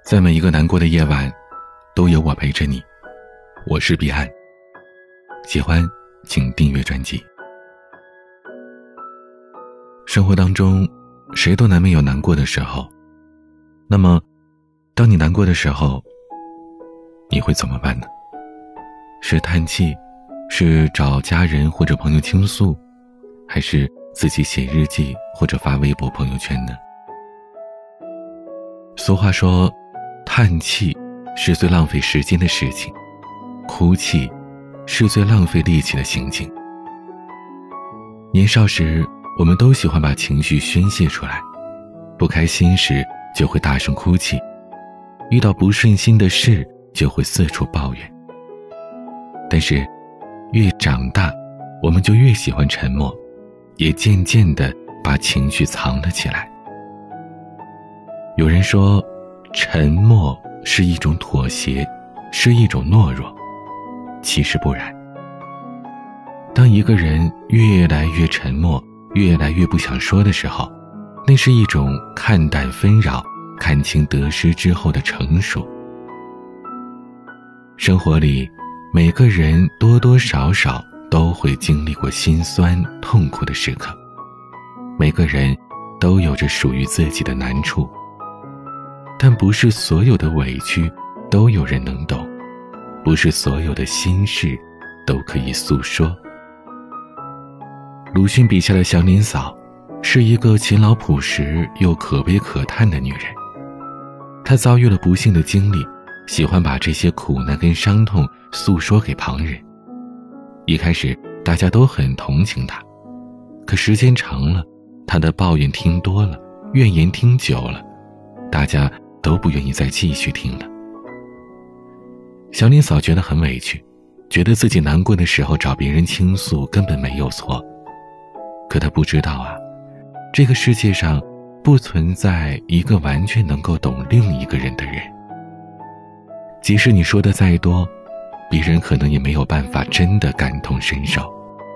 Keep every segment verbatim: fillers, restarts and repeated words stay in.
在每一个难过的夜晚，都有我陪着你。我是彼岸，喜欢请订阅专辑。生活当中，谁都难免有难过的时候。那么，当你难过的时候，你会怎么办呢？是叹气，是找家人或者朋友倾诉，还是自己写日记或者发微博朋友圈呢？俗话说，叹气是最浪费时间的事情，哭泣是最浪费力气的行径。年少时，我们都喜欢把情绪宣泄出来，不开心时就会大声哭泣，遇到不顺心的事就会四处抱怨。但是越长大，我们就越喜欢沉默，也渐渐地把情绪藏了起来。有人说，沉默是一种妥协，是一种懦弱，其实不然。当一个人越来越沉默，越来越不想说的时候，那是一种看淡纷扰，看清得失之后的成熟。生活里，每个人多多少少都会经历过心酸痛苦的时刻，每个人都有着属于自己的难处，但不是所有的委屈都有人能懂，不是所有的心事都可以诉说。鲁迅笔下的祥林嫂是一个勤劳朴实又可悲可叹的女人，她遭遇了不幸的经历，喜欢把这些苦难跟伤痛诉说给旁人。一开始大家都很同情她，可时间长了，她的抱怨听多了，怨言听久了，大家都不愿意再继续听了。祥林嫂觉得很委屈，觉得自己难过的时候找别人倾诉根本没有错。可她不知道啊，这个世界上不存在一个完全能够懂另一个人的人。即使你说的再多，别人可能也没有办法真的感同身受。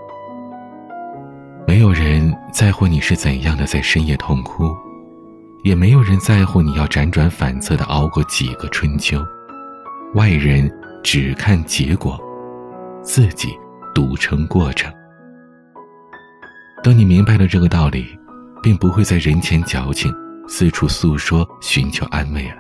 没有人在乎你是怎样的在深夜痛哭，也没有人在乎你要辗转反侧地熬过几个春秋。外人只看结果，自己赌成过程。当你明白了这个道理，并不会在人前矫情，四处诉说寻求安慰了。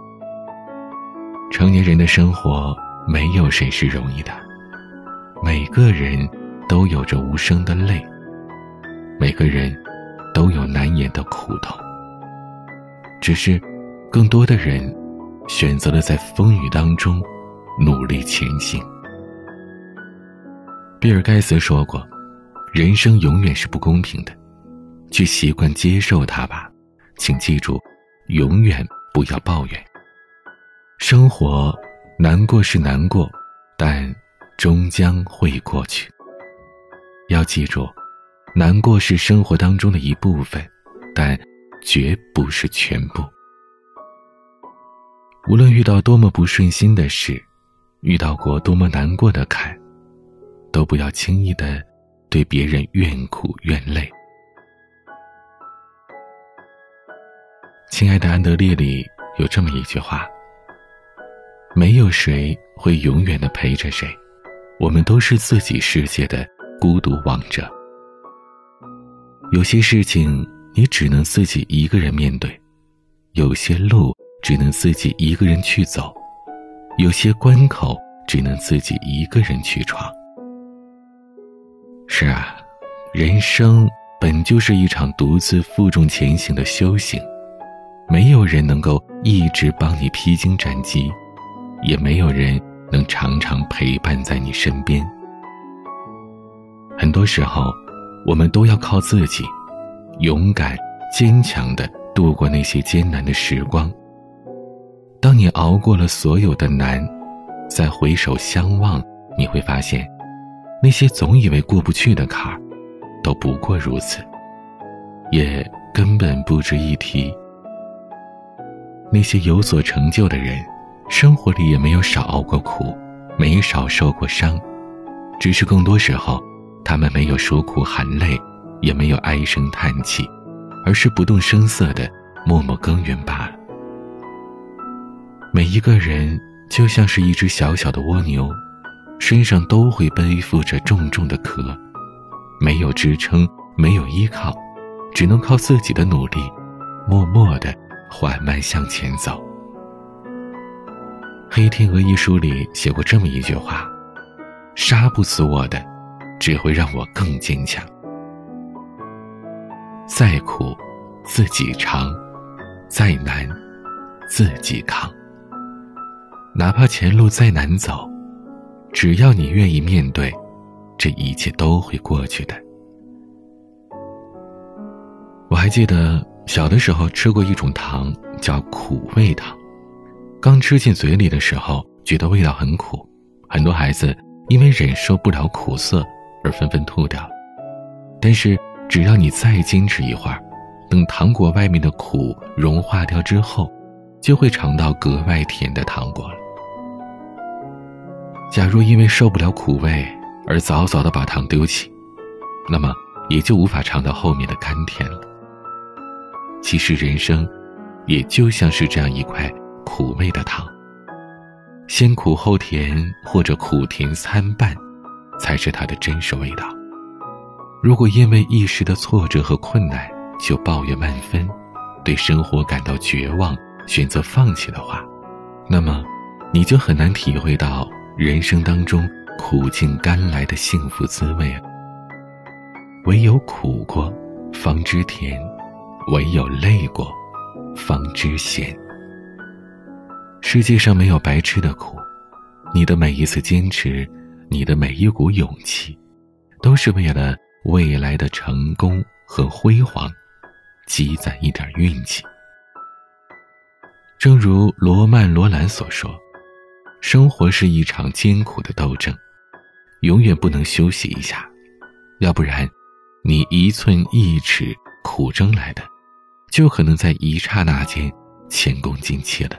成年人的生活没有谁是容易的，每个人都有着无声的泪，每个人都有难言的苦痛，只是更多的人选择了在风雨当中努力前行。比尔盖茨说过，人生永远是不公平的，去习惯接受它吧，请记住，永远不要抱怨。生活难过是难过，但终将会过去。要记住，难过是生活当中的一部分，但绝不是全部。无论遇到多么不顺心的事，遇到过多么难过的坎，都不要轻易地对别人怨苦怨累。亲爱的安德烈里有这么一句话，没有谁会永远地陪着谁，我们都是自己世界的孤独王者。有些事情你只能自己一个人面对，有些路只能自己一个人去走，有些关口只能自己一个人去闯。是啊，人生本就是一场独自负重前行的修行，没有人能够一直帮你披荆斩棘，也没有人能常常陪伴在你身边。很多时候，我们都要靠自己，勇敢坚强地度过那些艰难的时光。当你熬过了所有的难，再回首相望，你会发现，那些总以为过不去的坎儿，都不过如此，也根本不值一提。那些有所成就的人，生活里也没有少熬过苦，没少受过伤，只是更多时候，他们没有说苦含泪，也没有唉声叹气，而是不动声色地默默耕耘罢了。 每一个人就像是一只小小的蜗牛，身上都会背负着重重的壳，没有支撑，没有依靠，只能靠自己的努力，默默地缓慢向前走。《黑天鹅》一书里写过这么一句话：杀不死我的，只会让我更坚强。再苦自己尝，再难自己扛。哪怕前路再难走，只要你愿意面对，这一切都会过去的。我还记得小的时候吃过一种糖，叫苦味糖。刚吃进嘴里的时候，觉得味道很苦，很多孩子因为忍受不了苦涩而纷纷吐掉。但是只要你再坚持一会儿，等糖果外面的苦融化掉之后，就会尝到格外甜的糖果了。假如因为受不了苦味而早早地把糖丢弃，那么也就无法尝到后面的甘甜了。其实人生也就像是这样一块苦味的糖，先苦后甜，或者苦甜参半，才是它的真实味道。如果因为一时的挫折和困难就抱怨万分，对生活感到绝望，选择放弃的话，那么你就很难体会到人生当中苦尽甘来的幸福滋味了。唯有苦过方知甜，唯有累过方知咸。世界上没有白吃的苦，你的每一次坚持，你的每一股勇气，都是为了未来的成功和辉煌积攒一点运气。正如罗曼·罗兰所说，生活是一场艰苦的斗争，永远不能休息一下，要不然你一寸一尺苦争来的，就可能在一刹那间前功尽弃了。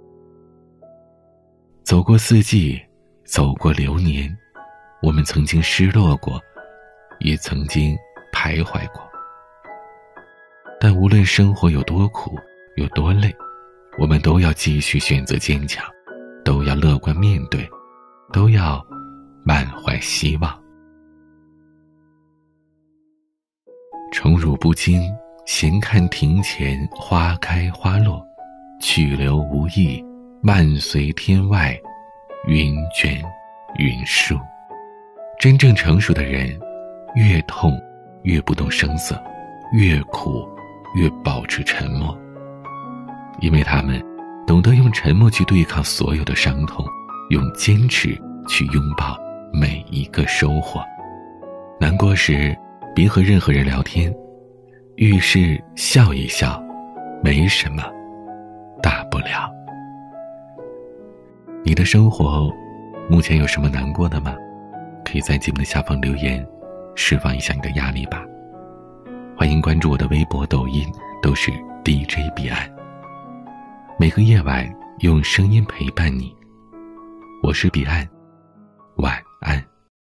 走过四季，走过流年，我们曾经失落过，也曾经徘徊过。但无论生活有多苦，有多累，我们都要继续选择坚强，都要乐观面对，都要满怀希望。宠辱不惊，闲看庭前花开花落，去留无意，漫随天外云卷云舒。真正成熟的人，越痛越不动声色，越苦越保持沉默，因为他们懂得用沉默去对抗所有的伤痛，用坚持去拥抱每一个收获。难过时别和任何人聊天，遇事笑一笑，没什么大不了。你的生活目前有什么难过的吗？可以在节目的下方留言，释放一下你的压力吧。欢迎关注我的微博、抖音，都是 D J 彼岸。每个夜晚用声音陪伴你，我是彼岸，晚安。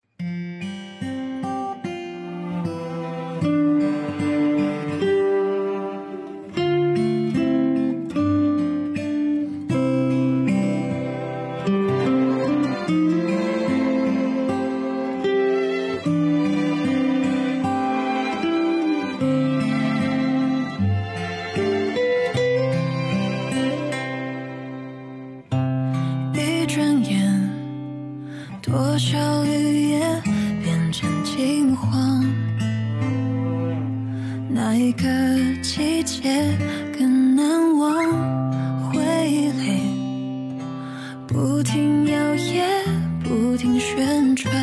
多少语言变成惊慌，哪一个季节更难忘？回忆里不停摇曳，不停旋转，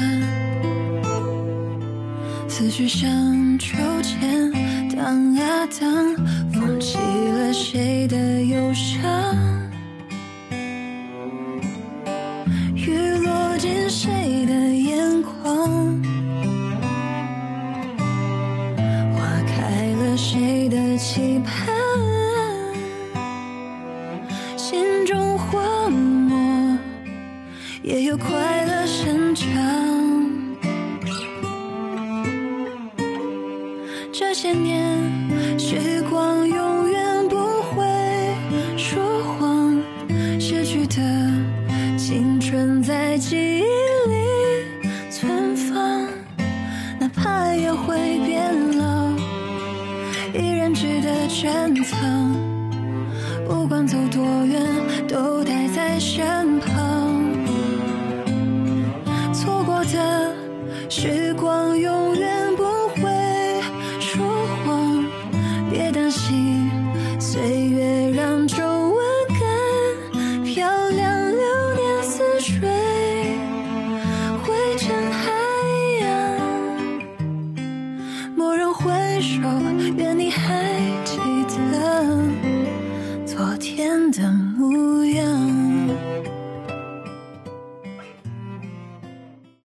思绪像秋千荡啊荡，放弃了谁的忧伤，雨落进谁的眼眶，花开了谁的期盼，心中荒漠也有快乐生长。这些年时光永远不会说谎，失去依然值得珍藏，不管走多远都待在身旁，错过的时光永